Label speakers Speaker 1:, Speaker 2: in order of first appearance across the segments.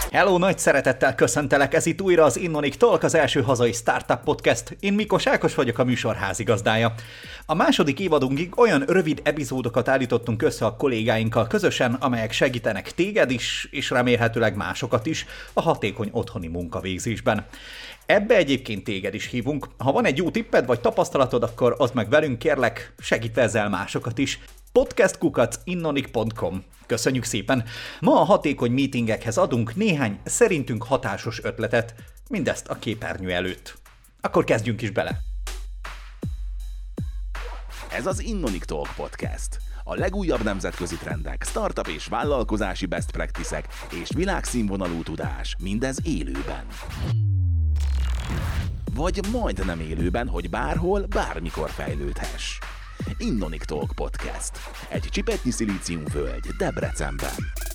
Speaker 1: Hello, nagy szeretettel köszöntelek, ez itt újra az Innonic Talk, az első hazai startup podcast. Én Mikos Ákos vagyok, a műsor házigazdája. A második évadunkig olyan rövid epizódokat állítottunk össze a kollégáinkkal közösen, amelyek segítenek téged is, és remélhetőleg másokat is a hatékony otthoni munkavégzésben. Ebbe egyébként téged is hívunk. Ha van egy jó tipped vagy tapasztalatod, akkor oszd meg velünk, kérlek, segítve ezzel másokat is. podcast@innonic.com. Köszönjük szépen! Ma a hatékony meetingekhez adunk néhány szerintünk hatásos ötletet, mindezt a képernyő előtt. Akkor kezdjünk is bele!
Speaker 2: Ez az Innonic Talk Podcast. A legújabb nemzetközi trendek, startup és vállalkozási best practice-ek és világszínvonalú tudás, mindez élőben. Vagy majdnem élőben, hogy bárhol, bármikor fejlődhess. Innonic Talk Podcast. Egy csipetnyi szilíciumvölgy Debrecenben.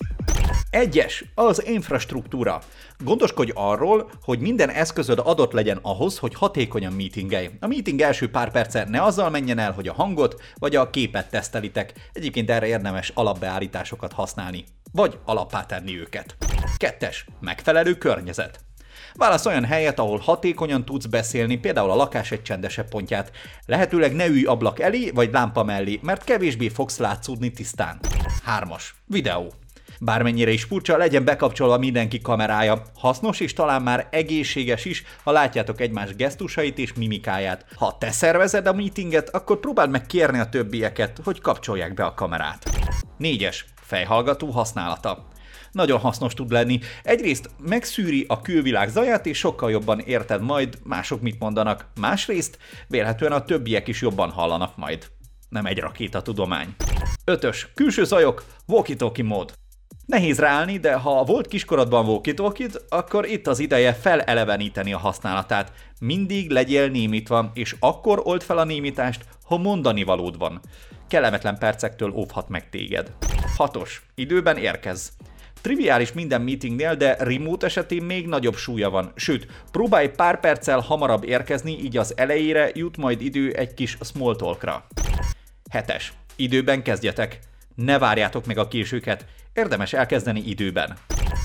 Speaker 1: 1. Az infrastruktúra. Gondoskodj arról, hogy minden eszközöd adott legyen ahhoz, hogy hatékonyan meetingelj. A meeting első pár perce ne azzal menjen el, hogy a hangot vagy a képet tesztelitek. Egyébként erre érdemes alapbeállításokat használni, vagy alappá tenni őket. 2. Megfelelő környezet. Válasz olyan helyet, ahol hatékonyan tudsz beszélni, például a lakás egy csendesebb pontját. Lehetőleg ne ülj ablak elé vagy lámpa mellé, mert kevésbé fogsz látszódni tisztán. 3. Videó. Bármennyire is furcsa, legyen bekapcsolva mindenki kamerája. Hasznos és talán már egészséges is, ha látjátok egymás gesztusait és mimikáját. Ha te szervezed a meetinget, akkor próbáld meg kérni a többieket, hogy kapcsolják be a kamerát. 4. Fejhallgató használata. Nagyon hasznos tud lenni. Egyrészt megszűri a külvilág zaját, és sokkal jobban érted majd, mások mit mondanak. Másrészt vélhetően a többiek is jobban hallanak majd. Nem egy rakétatudomány. 5. Külső zajok, walkie-talkie mód. Nehéz ráállni, de ha volt kiskorodban walkie-talkie-d, akkor itt az ideje feleleveníteni a használatát. Mindig legyél némítva, és akkor old fel a némítást, ha mondani valód van. Kellemetlen percektől óvhat meg téged. 6. Időben érkezz. Triviális minden meetingnél, de remote esetén még nagyobb súlya van. Sőt, próbálj pár perccel hamarabb érkezni, így az elejére jut majd idő egy kis small talkra. 7. Időben kezdjetek. Ne várjátok meg a későket. Érdemes elkezdeni időben.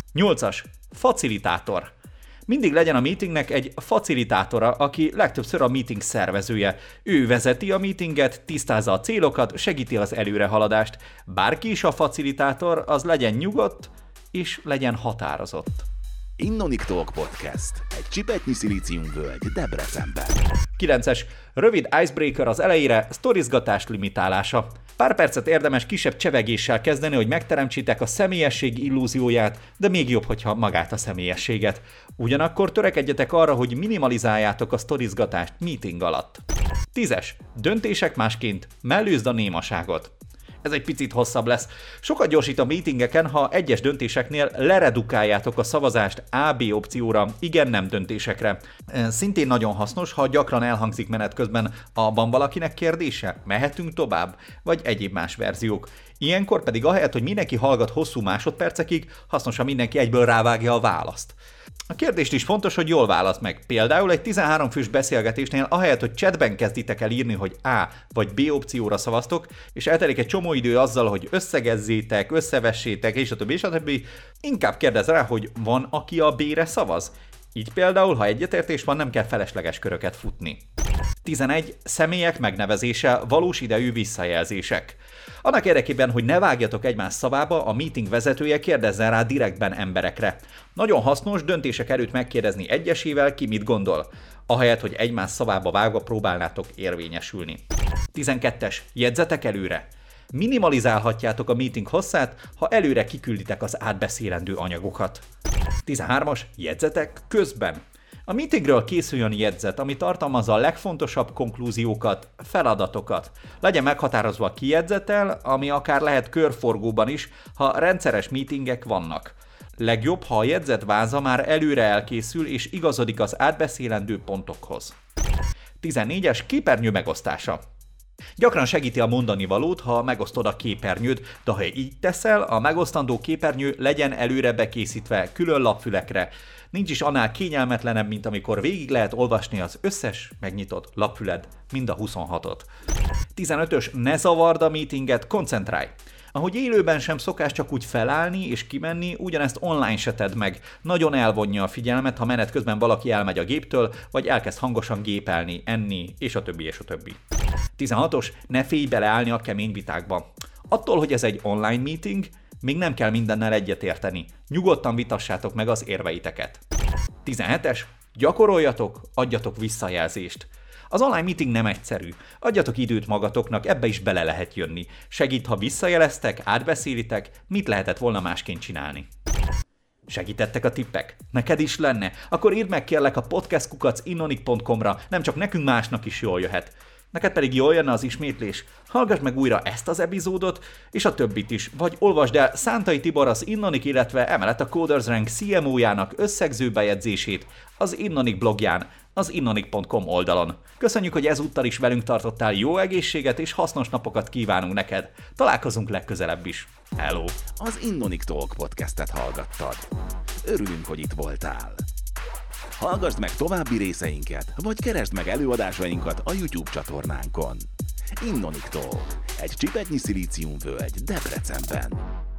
Speaker 1: 8. Facilitátor. Mindig legyen a meetingnek egy facilitátora, aki legtöbbször a meeting szervezője. Ő vezeti a meetinget, tisztázza a célokat, segíti az előrehaladást. Bárki is a facilitátor, az legyen nyugodt és legyen határozott.
Speaker 2: Innonic Talk Podcast. Egy csipetnyi szilíciumvölgy Debrecenben.
Speaker 1: 9. Rövid icebreaker az elejére, sztorizgatás limitálása. Pár percet érdemes kisebb csevegéssel kezdeni, hogy megteremtsétek a személyesség illúzióját, de még jobb, hogyha magát a személyességet. Ugyanakkor törekedjetek arra, hogy minimalizáljátok a sztorizgatást meeting alatt. 10. Döntések másként, mellőzd a némaságot. Ez egy picit hosszabb lesz. Sokat gyorsít a meetingeken, ha egyes döntéseknél leredukáljátok a szavazást A-B opcióra, igen-nem döntésekre. Szintén nagyon hasznos, ha gyakran elhangzik menet közben van valakinek kérdése, mehetünk tovább, vagy egyéb más verziók. Ilyenkor pedig ahelyett, hogy mindenki hallgat hosszú másodpercekig, hasznos, ha mindenki egyből rávágja a választ. A kérdést is fontos, hogy jól választ meg. Például egy 13 fős beszélgetésnél ahelyett, hogy chatben kezditek el írni, hogy A vagy B opcióra szavaztok, és eltelik egy csomó idő azzal, hogy összegezzétek, összevessétek, és a többi, inkább kérdezz rá, hogy van, aki a B-re szavaz. Így például, ha egyetértés van, nem kell felesleges köröket futni. 11. Személyek megnevezése, valós idejű visszajelzések. Annak érdekében, hogy ne vágjatok egymás szavába, a meeting vezetője kérdezzen rá direktben emberekre. Nagyon hasznos döntések előtt megkérdezni egyesével, ki mit gondol, ahelyett, hogy egymás szavába vágva próbálnátok érvényesülni. 12. Jegyzetek előre. Minimalizálhatjátok a meeting hosszát, ha előre kikülditek az átbeszélendő anyagokat. 13. Jegyzetek közben. A meetingről készüljön jegyzet, ami tartalmazza a legfontosabb konklúziókat, feladatokat. Legyen meghatározva ki jegyzettel, ami akár lehet körforgóban is, ha rendszeres meetingek vannak. Legjobb, ha a jegyzetváza már előre elkészül és igazodik az átbeszélendő pontokhoz. 14. Képernyő megosztása. Gyakran segíti a mondani valót, ha megosztod a képernyőd, de ha így teszel, a megosztandó képernyő legyen előre bekészítve külön lapfülekre. Nincs is annál kényelmetlenebb, mint amikor végig lehet olvasni az összes megnyitott lapfüled, mind a 26-ot. 15-ös, ne zavard a meetinget, koncentrálj! Ahogy élőben sem szokás csak úgy felállni és kimenni, ugyanezt online se tedd meg. Nagyon elvonja a figyelmet, ha menet közben valaki elmegy a géptől, vagy elkezd hangosan gépelni, enni, és a többi, és a többi. 16-os, ne félj beleállni a kemény vitákba. Attól, hogy ez egy online meeting, még nem kell mindennel egyetérteni. Nyugodtan vitassátok meg az érveiteket. 17-es, gyakoroljatok, adjatok visszajelzést. Az online meeting nem egyszerű. Adjatok időt magatoknak, ebbe is bele lehet jönni. Segít, ha visszajeleztek, átbeszélitek, mit lehetett volna másként csinálni. Segítettek a tippek? Neked is lenne? Akkor írd meg kérlek a podcast@innonik.com-ra, nem csak nekünk, másnak is jól jöhet. Neked pedig jól jönne az ismétlés? Hallgass meg újra ezt az epizódot, és a többit is, vagy olvasd el Szántai Tibor az Innonik, illetve emellett a Coders Rank CMO-jának összegző bejegyzését az Innonik blogján, az innonik.com oldalon. Köszönjük, hogy ezúttal is velünk tartottál, jó egészséget és hasznos napokat kívánunk neked. Találkozunk legközelebb is. Hello!
Speaker 2: Az Innonik Talk podcastet hallgattad. Örülünk, hogy itt voltál. Hallgassd meg további részeinket, vagy keresd meg előadásainkat a YouTube csatornánkon. Innonik Talk, egy csipetnyi szilíciumvölgy Debrecenben.